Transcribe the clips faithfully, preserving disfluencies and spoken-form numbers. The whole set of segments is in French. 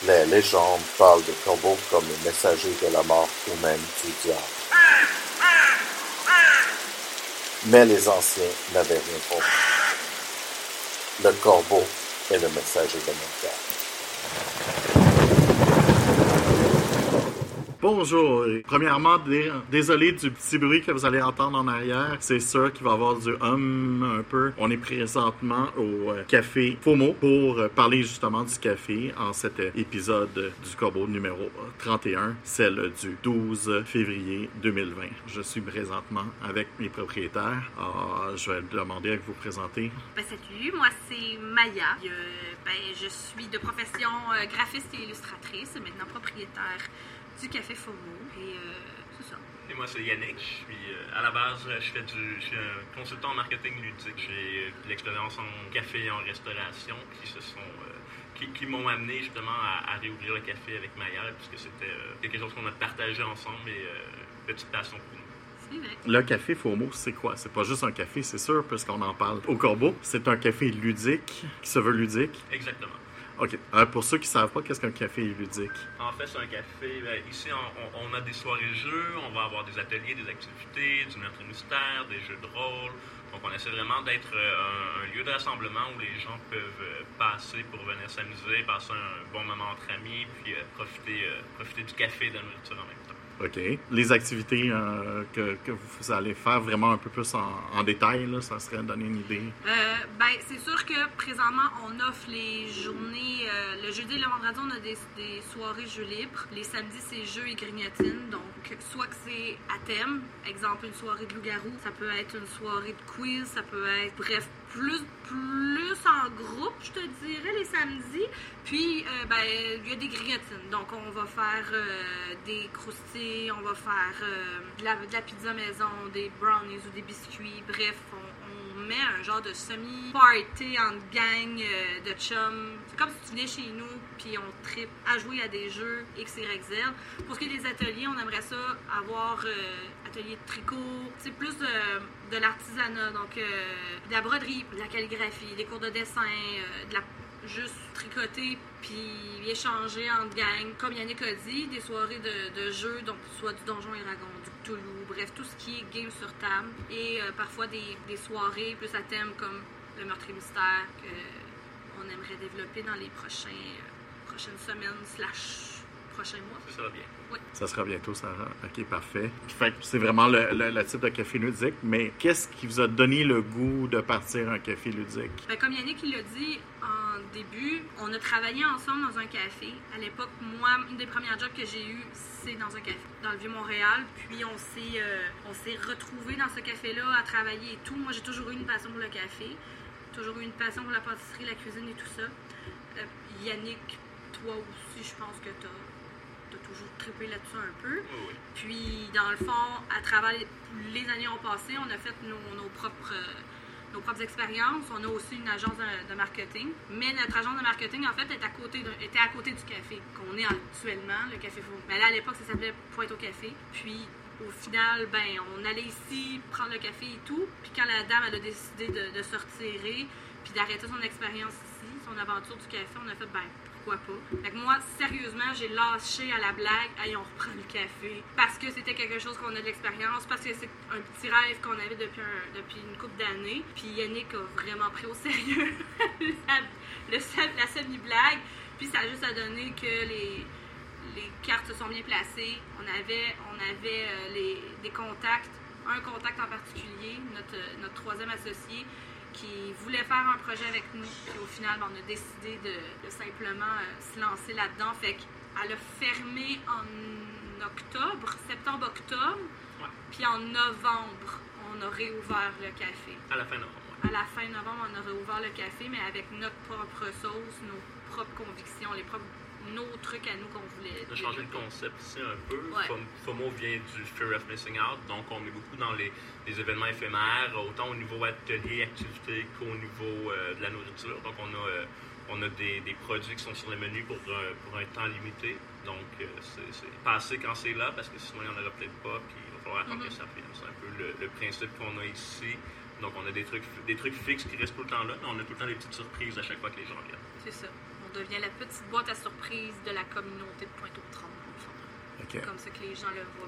Les légendes parlent de corbeaux comme les messagers de la mort ou même du diable. Mais les anciens n'avaient rien compris. Le corbeau est le messager de mon cœur. Bonjour. Premièrement, dé- désolé du petit bruit que vous allez entendre en arrière. C'est sûr qu'il va y avoir du hum un peu. On est présentement au euh, café FOMO pour euh, parler justement du café en cet euh, épisode euh, du Corbeau numéro trente et un, celle du douze février deux mille vingt. Je suis présentement avec mes propriétaires. Euh, je vais demander à vous présenter. Ben, salut, moi c'est Maya. Euh, ben, je suis de profession euh, graphiste et illustratrice, maintenant propriétaire du Café FOMO, et euh, c'est ça. Et moi, c'est Yannick. Je suis, euh, à la base, je, fais du, je suis un consultant en marketing ludique. J'ai de l'expérience en café et en restauration qui se sont... Euh, qui, qui m'ont amené justement à, à réouvrir le café avec Maya, puisque c'était euh, quelque chose qu'on a partagé ensemble et euh, petite passion pour nous. C'est vrai. Le café FOMO, c'est quoi? C'est pas juste un café, c'est sûr, puisqu'on en parle au Corbeau. C'est un café ludique, qui se veut ludique. Exactement. OK. Euh, pour ceux qui ne savent pas, qu'est-ce qu'un café ludique? En fait, c'est un café. Ben, ici, on, on, on a des soirées-jeux, on va avoir des ateliers, des activités, du meurtre et mystère, des jeux de rôle. Donc, on essaie vraiment d'être euh, un, un lieu de rassemblement où les gens peuvent euh, passer pour venir s'amuser, passer un bon moment entre amis, puis euh, profiter, euh, profiter du café et de la nourriture en même temps. OK. Les activités euh, que, que vous allez faire vraiment un peu plus en, en détail, là, ça serait de donner une idée. Euh, ben, c'est sûr que présentement, on offre les journées. Euh, le jeudi et le vendredi, on a des, des soirées jeux libres. Les samedis, c'est jeux et grignotines. Donc, soit que c'est à thème, exemple une soirée de loup-garou, ça peut être une soirée de quiz, ça peut être, bref, plus, plus en groupe, je te dirais, les samedis. Puis, euh, ben, il y a des grignotines. Donc, on va faire euh, des croustilles, on va faire euh, de, la, de la pizza maison, des brownies ou des biscuits. Bref, on, on met un genre de semi-party en gang euh, de chums. C'est comme si tu venais chez nous, puis on tripe à jouer à des jeux X, Y, Z. Pour ce qui est des ateliers, on aimerait ça avoir euh, atelier de tricot, c'est plus de, de l'artisanat, donc euh, de la broderie, de la calligraphie, des cours de dessin, euh, de la juste tricoter puis échanger entre gang. Comme Yannick a dit, des soirées de, de jeux, donc soit du Donjon et Dragon, du Cthulhu, bref, tout ce qui est game sur table. Et euh, parfois des, des soirées plus à thème comme le meurtre et mystère qu'on aimerait développer dans les prochains, euh, prochaines semaines slash prochains mois. Ça va bien. Oui. Ça sera bientôt, Sarah. OK, parfait. Fait que c'est vraiment le, le, le type de café ludique, mais qu'est-ce qui vous a donné le goût de partir un café ludique? Ben, comme Yannick il l'a dit en début, on a travaillé ensemble dans un café. À l'époque, moi, une des premières jobs que j'ai eues, c'est dans un café, dans le Vieux-Montréal. Puis on s'est, euh, on s'est retrouvés dans ce café-là à travailler et tout. Moi, j'ai toujours eu une passion pour le café, toujours eu une passion pour la pâtisserie, la cuisine et tout ça. Euh, Yannick, toi aussi, je pense que tu as toujours trippé là-dessus un peu. Oui, oui. Puis, dans le fond, à travers les années ont passé, on a fait nos, nos propres... Euh, nos propres expériences. On a aussi une agence de, de marketing. Mais notre agence de marketing, en fait, est à côté de, était à côté du café qu'on est actuellement, le Café FOMO. Mais là, à l'époque, ça s'appelait Pointe au café. Puis, au final, ben, on allait ici prendre le café et tout. Puis quand la dame, elle a décidé de, de se retirer puis d'arrêter son expérience ici, son aventure du café, on a fait, ben, pourquoi pas. Fait que moi, sérieusement, j'ai lâché à la blague, hey, on reprend le café. Parce que c'était quelque chose qu'on a de l'expérience, parce que c'est un petit rêve qu'on avait depuis, un, depuis une couple d'années. Puis Yannick a vraiment pris au sérieux la, le, la semi-blague. Puis ça a juste à donner que les, les cartes se sont bien placées. On avait, on avait euh, les, des contacts, un contact en particulier, notre, notre troisième associé, qui voulait faire un projet avec nous. Puis au final, ben, on a décidé de, de simplement euh, se lancer là-dedans. Fait qu'elle a fermé en octobre, septembre-octobre. Ouais. Puis en novembre, on a réouvert le café. À la fin novembre. Ouais. À la fin novembre, on a réouvert le café, mais avec notre propre sauce, nos propres convictions, les propres, nos trucs à nous qu'on voulait. On a changé le concept ici un peu. Ouais. FOMO vient du Fear of Missing Out, donc on est beaucoup dans les, les événements éphémères, autant au niveau atelier, activité qu'au niveau euh, de la nourriture. Donc on a, euh, on a des, des produits qui sont sur le menu pour, euh, pour un temps limité. Donc euh, c'est, c'est passer quand c'est là, parce que sinon il n'y en aura peut-être pas, puis il va falloir attendre mm-hmm. que ça vienne. C'est un peu le, le principe qu'on a ici. Donc on a des trucs, des trucs fixes qui restent tout le temps là, mais on a tout le temps des petites surprises à chaque fois que les gens viennent. C'est ça. On devient la petite boîte à surprise de la communauté de Pointe-aux-Trembles. OK. C'est comme ça que les gens le voient.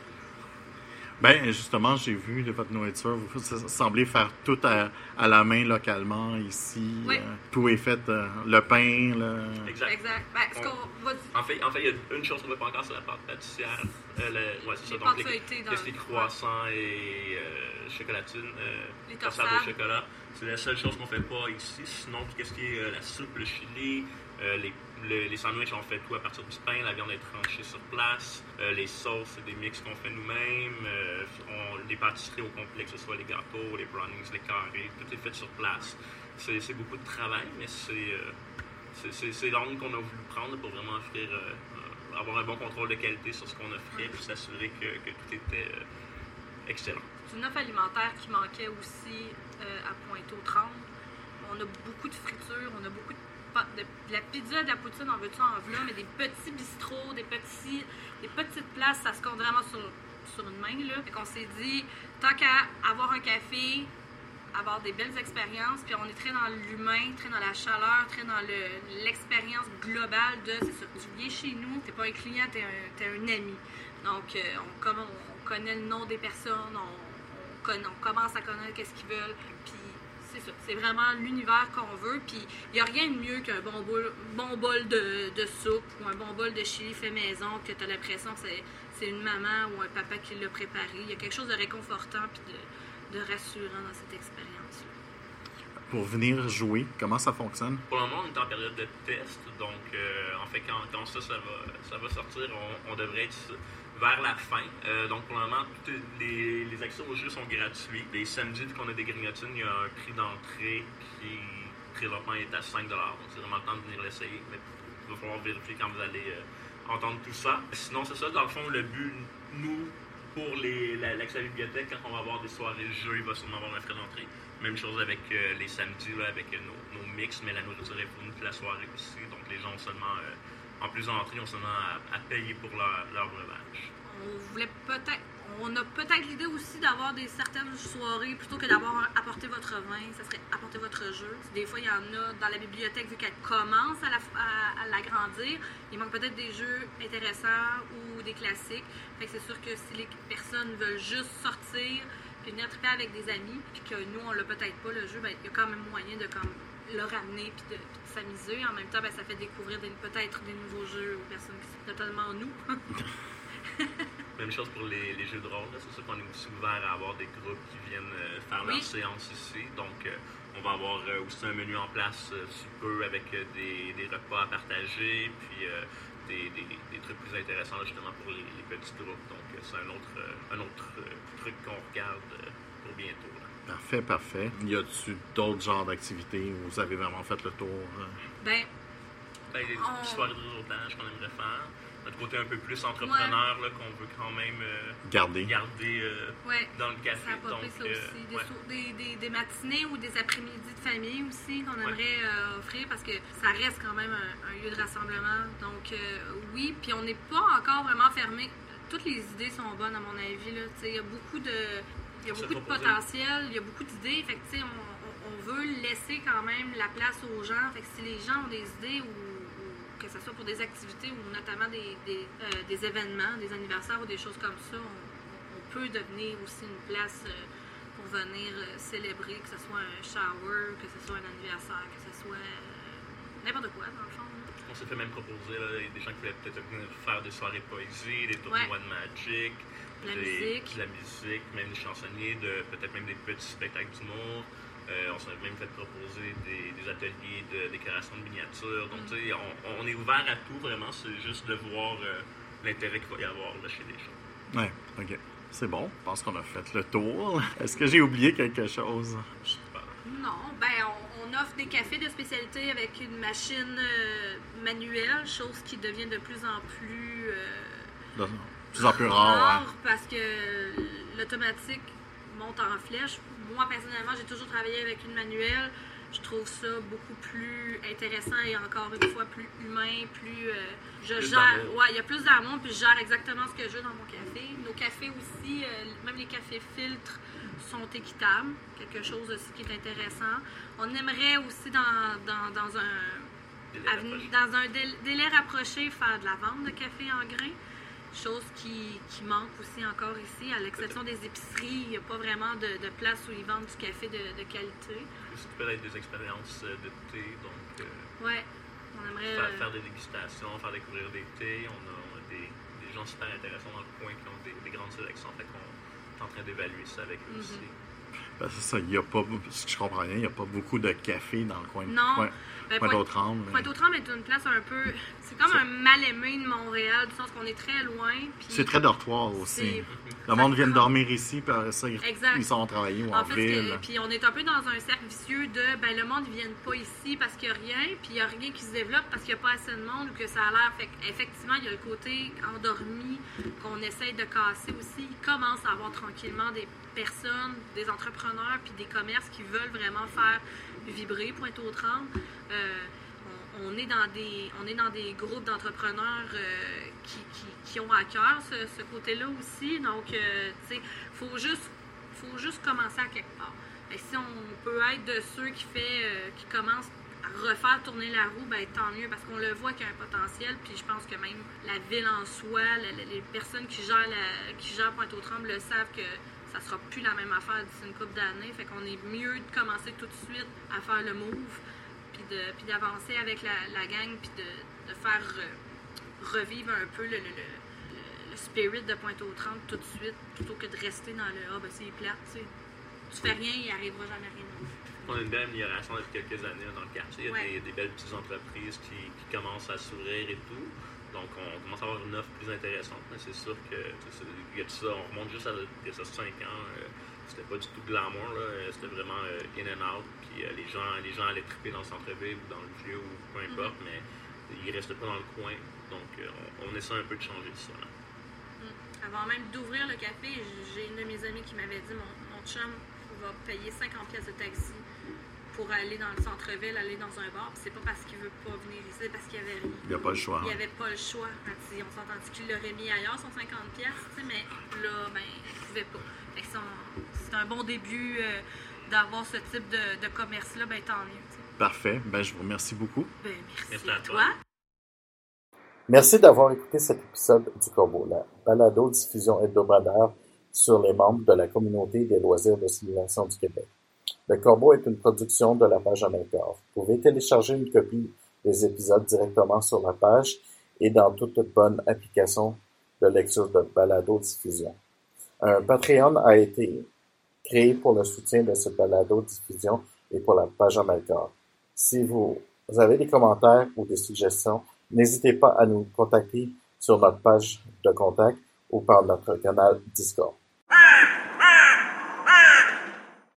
Ben justement, j'ai vu de votre nourriture, vous semblez faire tout à, à la main localement ici. Oui. Euh, tout est fait, euh, le pain, le... Exact. Exact. Ben, ce qu'on va dire. En fait, en fait, il y a une chose qu'on ne veut pas encore, c'est la pâte pâtissière. Euh, le, ouais, c'est Les ça. pâtes Donc, feuilletées dans qu'est-ce qui est le- croissant et euh, chocolatine, euh, Les torsade torsades. au chocolat. C'est la seule chose qu'on fait pas ici. Sinon, tout ce qui est euh, la soupe, le chili, euh, les, le- les sandwichs, on fait tout à partir du pain. La viande est tranchée sur place. Euh, les sauces, c'est des mix qu'on fait nous-mêmes. Euh, on- les pâtisseries au complet, que ce soit les gâteaux, les brownies, les carrés, tout est fait sur place. C'est c'est beaucoup de travail, mais c'est euh, c'est- c'est- c'est l'angle qu'on a voulu prendre pour vraiment offrir, euh, euh, avoir un bon contrôle de qualité sur ce qu'on offrait, puis s'assurer que, que tout était euh, excellent. C'est une offre alimentaire qui manquait aussi euh, à Pointe-aux-Trembles. On a beaucoup de fritures, on a beaucoup de, pa- de, de la pizza, de la poutine, en veux-tu, en veux mais des petits bistrots, des, petits, des petites places, ça se compte vraiment sur, sur une main. Là. Fait qu'on s'est dit, tant qu'à avoir un café, avoir des belles expériences, puis on est très dans l'humain, très dans la chaleur, très dans le- l'expérience globale de, c'est ça, tu viens chez nous, t'es pas un client, t'es un, t'es un ami. Donc, euh, on, comme on, on connaît le nom des personnes, on, on, connaît- on commence à connaître qu'est-ce qu'ils veulent, puis c'est ça, c'est vraiment l'univers qu'on veut, puis il n'y a rien de mieux qu'un bon bol, bon bol de, de soupe ou un bon bol de chili fait maison, que tu as l'impression que c'est, c'est une maman ou un papa qui l'a préparé. Il y a quelque chose de réconfortant puis de, de rassurant dans cette expérience-là. Pour venir jouer, comment ça fonctionne? Pour le moment, on est en période de test, donc euh, en fait, quand, quand ça, ça va, ça va sortir, on, on devrait être vers la fin. Euh, donc pour le moment, toutes les, les accès au jeu sont gratuits. Les samedis, vu qu'on a des grignotines, il y a un prix d'entrée qui présentement est à cinq dollars. Donc c'est vraiment le temps de venir l'essayer, mais il va falloir vérifier quand vous allez euh, entendre tout ça. Sinon, c'est ça, dans le fond, le but, nous, pour les, la, l'accès à la bibliothèque, quand on va avoir des soirées jeux, il va sûrement avoir un frais d'entrée. Même chose avec euh, les samedis, là, avec euh, nos, nos mix, mais la nourriture est fournie toute la soirée aussi. Donc les gens ont seulement, euh, en plus d'entrée, ont seulement à, à payer pour leur, leur breuvage. On voulait peut-être, on a peut-être l'idée aussi d'avoir des certaines soirées, plutôt que d'avoir un apportez votre vin, ça serait apporter votre jeu. Des fois, il y en a dans la bibliothèque, vu qu'elle commence à, la, à, à l'agrandir, il manque peut-être des jeux intéressants ou des classiques. Fait que c'est sûr que si les personnes veulent juste sortir, puis venir triper avec des amis, puis que nous, on l'a peut-être pas, le jeu, ben, il y a quand même moyen de comme, le ramener puis de, puis de s'amuser. En même temps, ben, ça fait découvrir des, peut-être des nouveaux jeux aux personnes qui sont totalement nous. Même chose pour les, les jeux de rôle. là. C'est sûr qu'on est aussi ouvert à avoir des groupes qui viennent euh, faire Oui. leur séance ici. Donc, euh, on va avoir euh, aussi un menu en place euh, sous peu avec euh, des, des repas à partager, puis euh, des, des, des trucs plus intéressants là, justement pour les, les petits groupes. Donc, euh, c'est un autre, euh, un autre euh, truc qu'on regarde euh, pour bientôt. là. Parfait, parfait. Y a-tu d'autres genres d'activités où vous avez vraiment fait le tour? euh? Ben, Ben, les On- petites soirées de réseautage qu'on aimerait faire. Notre côté un peu plus entrepreneur là, qu'on veut quand même euh, Gardez. garder euh, ouais. dans le café. Ça a popé Donc, ça euh, aussi. Des, ouais. sou- des, des, des matinées ou des après-midi de famille aussi qu'on Ouais. aimerait euh, offrir parce que ça reste quand même un, un lieu de rassemblement. Donc euh, oui, puis on n'est pas encore vraiment fermé. Toutes les idées sont bonnes à mon avis. là. Tu sais, Il y a beaucoup de, il y a Se beaucoup de proposer. potentiel, il y a beaucoup d'idées. Fait que, tu sais, on, on- on veut laisser quand même la place aux gens. Fait que si les gens ont des idées ou, ou que ce soit pour des activités ou notamment des, des, euh, des événements, des anniversaires ou des choses comme ça, on, on peut devenir aussi une place euh, pour venir euh, célébrer, que ce soit un shower, que ce soit un anniversaire, que ce soit euh, n'importe quoi dans le fond. là. On s'est fait même proposer, là, il y a des gens qui voulaient peut-être venir faire des soirées de poésie, des tournois Ouais. de Magic, La des- musique. de la musique, même des chansonniers, de, peut-être même des petits spectacles d'humour. Euh, on s'est même fait proposer des, des ateliers de décoration de miniatures. Donc, Mm. tu sais, on, on est ouvert à tout, vraiment. C'est juste de voir euh, l'intérêt qu'il va y avoir là, chez les gens. Ouais, ok. C'est bon, je pense qu'on a fait le tour. Est-ce que j'ai oublié quelque chose? Super. Non, ben on, on offre des cafés de spécialité avec une machine euh, manuelle, chose qui devient de plus en plus euh, De plus en plus rare, hein? parce que l'automatique monte en flèche. Moi, personnellement, j'ai toujours travaillé avec une manuelle. Je trouve ça beaucoup plus intéressant et encore une fois plus humain, plus... euh, je Plus gère... d'amour. Ouais, il y a plus d'amour, puis je gère exactement ce que je veux dans mon café. Nos cafés aussi, euh, même les cafés filtres, sont équitables. Quelque chose aussi qui est intéressant. On aimerait aussi dans, dans, dans un... délai à venir- rapproché. dans un dél- délai rapproché, faire de la vente de café en grains. Chose qui, qui manque aussi encore ici. À l'exception des épiceries, il n'y a pas vraiment de, de place où ils vendent du café de, de qualité. Aussi, peut-être des expériences euh, de thé, donc euh, Ouais, on aimerait... faire, euh, faire des dégustations, faire découvrir des thés. On a, on a des, des gens super intéressants dans le coin qui ont des, des grandes sélections. Fait qu'on est en train d'évaluer ça avec eux Mhm. aussi. Ben, c'est ça, il y a pas, si je comprends rien, il n'y a pas beaucoup de café dans le coin de Non. Pointe- ben, Pointe-aux-Trembles. mais Pointe-aux-Trembles est une place un peu... C'est comme Ça- un mal-aimé de Montréal, du sens qu'on est très loin. Puis C'est très dortoir aussi. c'est- Le monde vient de dormir ici, puis après ça, ils, Exact. ils sont travailler ou en, En fait, ville. que- puis on est un peu dans un cercle vicieux de ben le monde ne vient pas ici parce qu'il n'y a rien, puis il n'y a rien qui se développe parce qu'il n'y a pas assez de monde ou que ça a l'air. Fait effectivement, il y a le côté endormi qu'on essaye de casser aussi. Il commence à avoir tranquillement des personnes, des entrepreneurs, puis des commerces qui veulent vraiment faire vibrer Pointe-aux-Trembles. Euh, on, on est dans des on est dans des groupes d'entrepreneurs euh, qui, qui, qui ont à cœur ce, ce côté-là aussi. Donc, euh, tu sais, faut juste faut juste commencer à quelque part. Et si on peut être de ceux qui fait euh, qui commencent à refaire tourner la roue, ben tant mieux, parce qu'on le voit qu'il y a un potentiel, puis je pense que même la ville en soi, la- la- les personnes qui gèrent la, qui gèrent Pointe-aux-Trembles le savent que ça sera plus la même affaire d'ici une couple d'années, fait qu'on est mieux de commencer tout de suite à faire le move, puis de puis d'avancer avec la, la gang, puis de, de faire euh, revivre un peu le, le, le, le- le spirit de Pointe-aux-Trembles tout de suite, plutôt que de rester dans le « ah, ben c'est plate », tu sais. Tu fais rien, il arrivera jamais rien d'autre. On a une belle amélioration depuis quelques années dans le quartier. Il y a Ouais. des, des belles petites entreprises qui, qui commencent à s'ouvrir et tout. Donc, on commence à avoir une offre plus intéressante. Mais c'est sûr que tu sais, il y a tout ça. On remonte juste à il y a ça cinq ans. Euh, c'était pas du tout glamour. Là. Euh, C'était vraiment euh, in and out. Puis euh, les, gens, les gens allaient triper dans le centre-ville ou dans le vieux ou peu importe. Mais ils restaient pas dans le coin. Donc, euh, on, on essaie un peu de changer ça. Là. Avant même d'ouvrir le café, j'ai une de mes amies qui m'avait dit mon, mon chum va payer cinquante pièces de taxi pour aller dans le centre-ville, aller dans un bar. Puis c'est pas parce qu'il veut pas venir ici, c'est parce qu'il y avait rien. Il n'y a pas le choix. Il n'y avait pas le choix. On s'entend qu'il l'aurait mis ailleurs, son cinquante pièces, mais là, ben, il ne pouvait pas. Fait que son- c'est un bon début euh, d'avoir ce type de, de commerce-là, ben tant mieux. T'sais. Parfait. Ben, je vous remercie beaucoup. Ben, merci, Merci à à toi. toi. Merci d'avoir écouté cet épisode du Corbeau, la balado-diffusion hebdomadaire sur les membres de la communauté des loisirs de simulation du Québec. Le Corbeau est une production de la page Amateur. Vous pouvez télécharger une copie des épisodes directement sur la page et dans toute bonne application de lecture de balado-diffusion. Un Patreon a été créé pour le soutien de cette balado-diffusion et pour la page Amateur. Si vous avez des commentaires ou des suggestions, n'hésitez pas à nous contacter sur notre page de contact ou par notre canal Discord.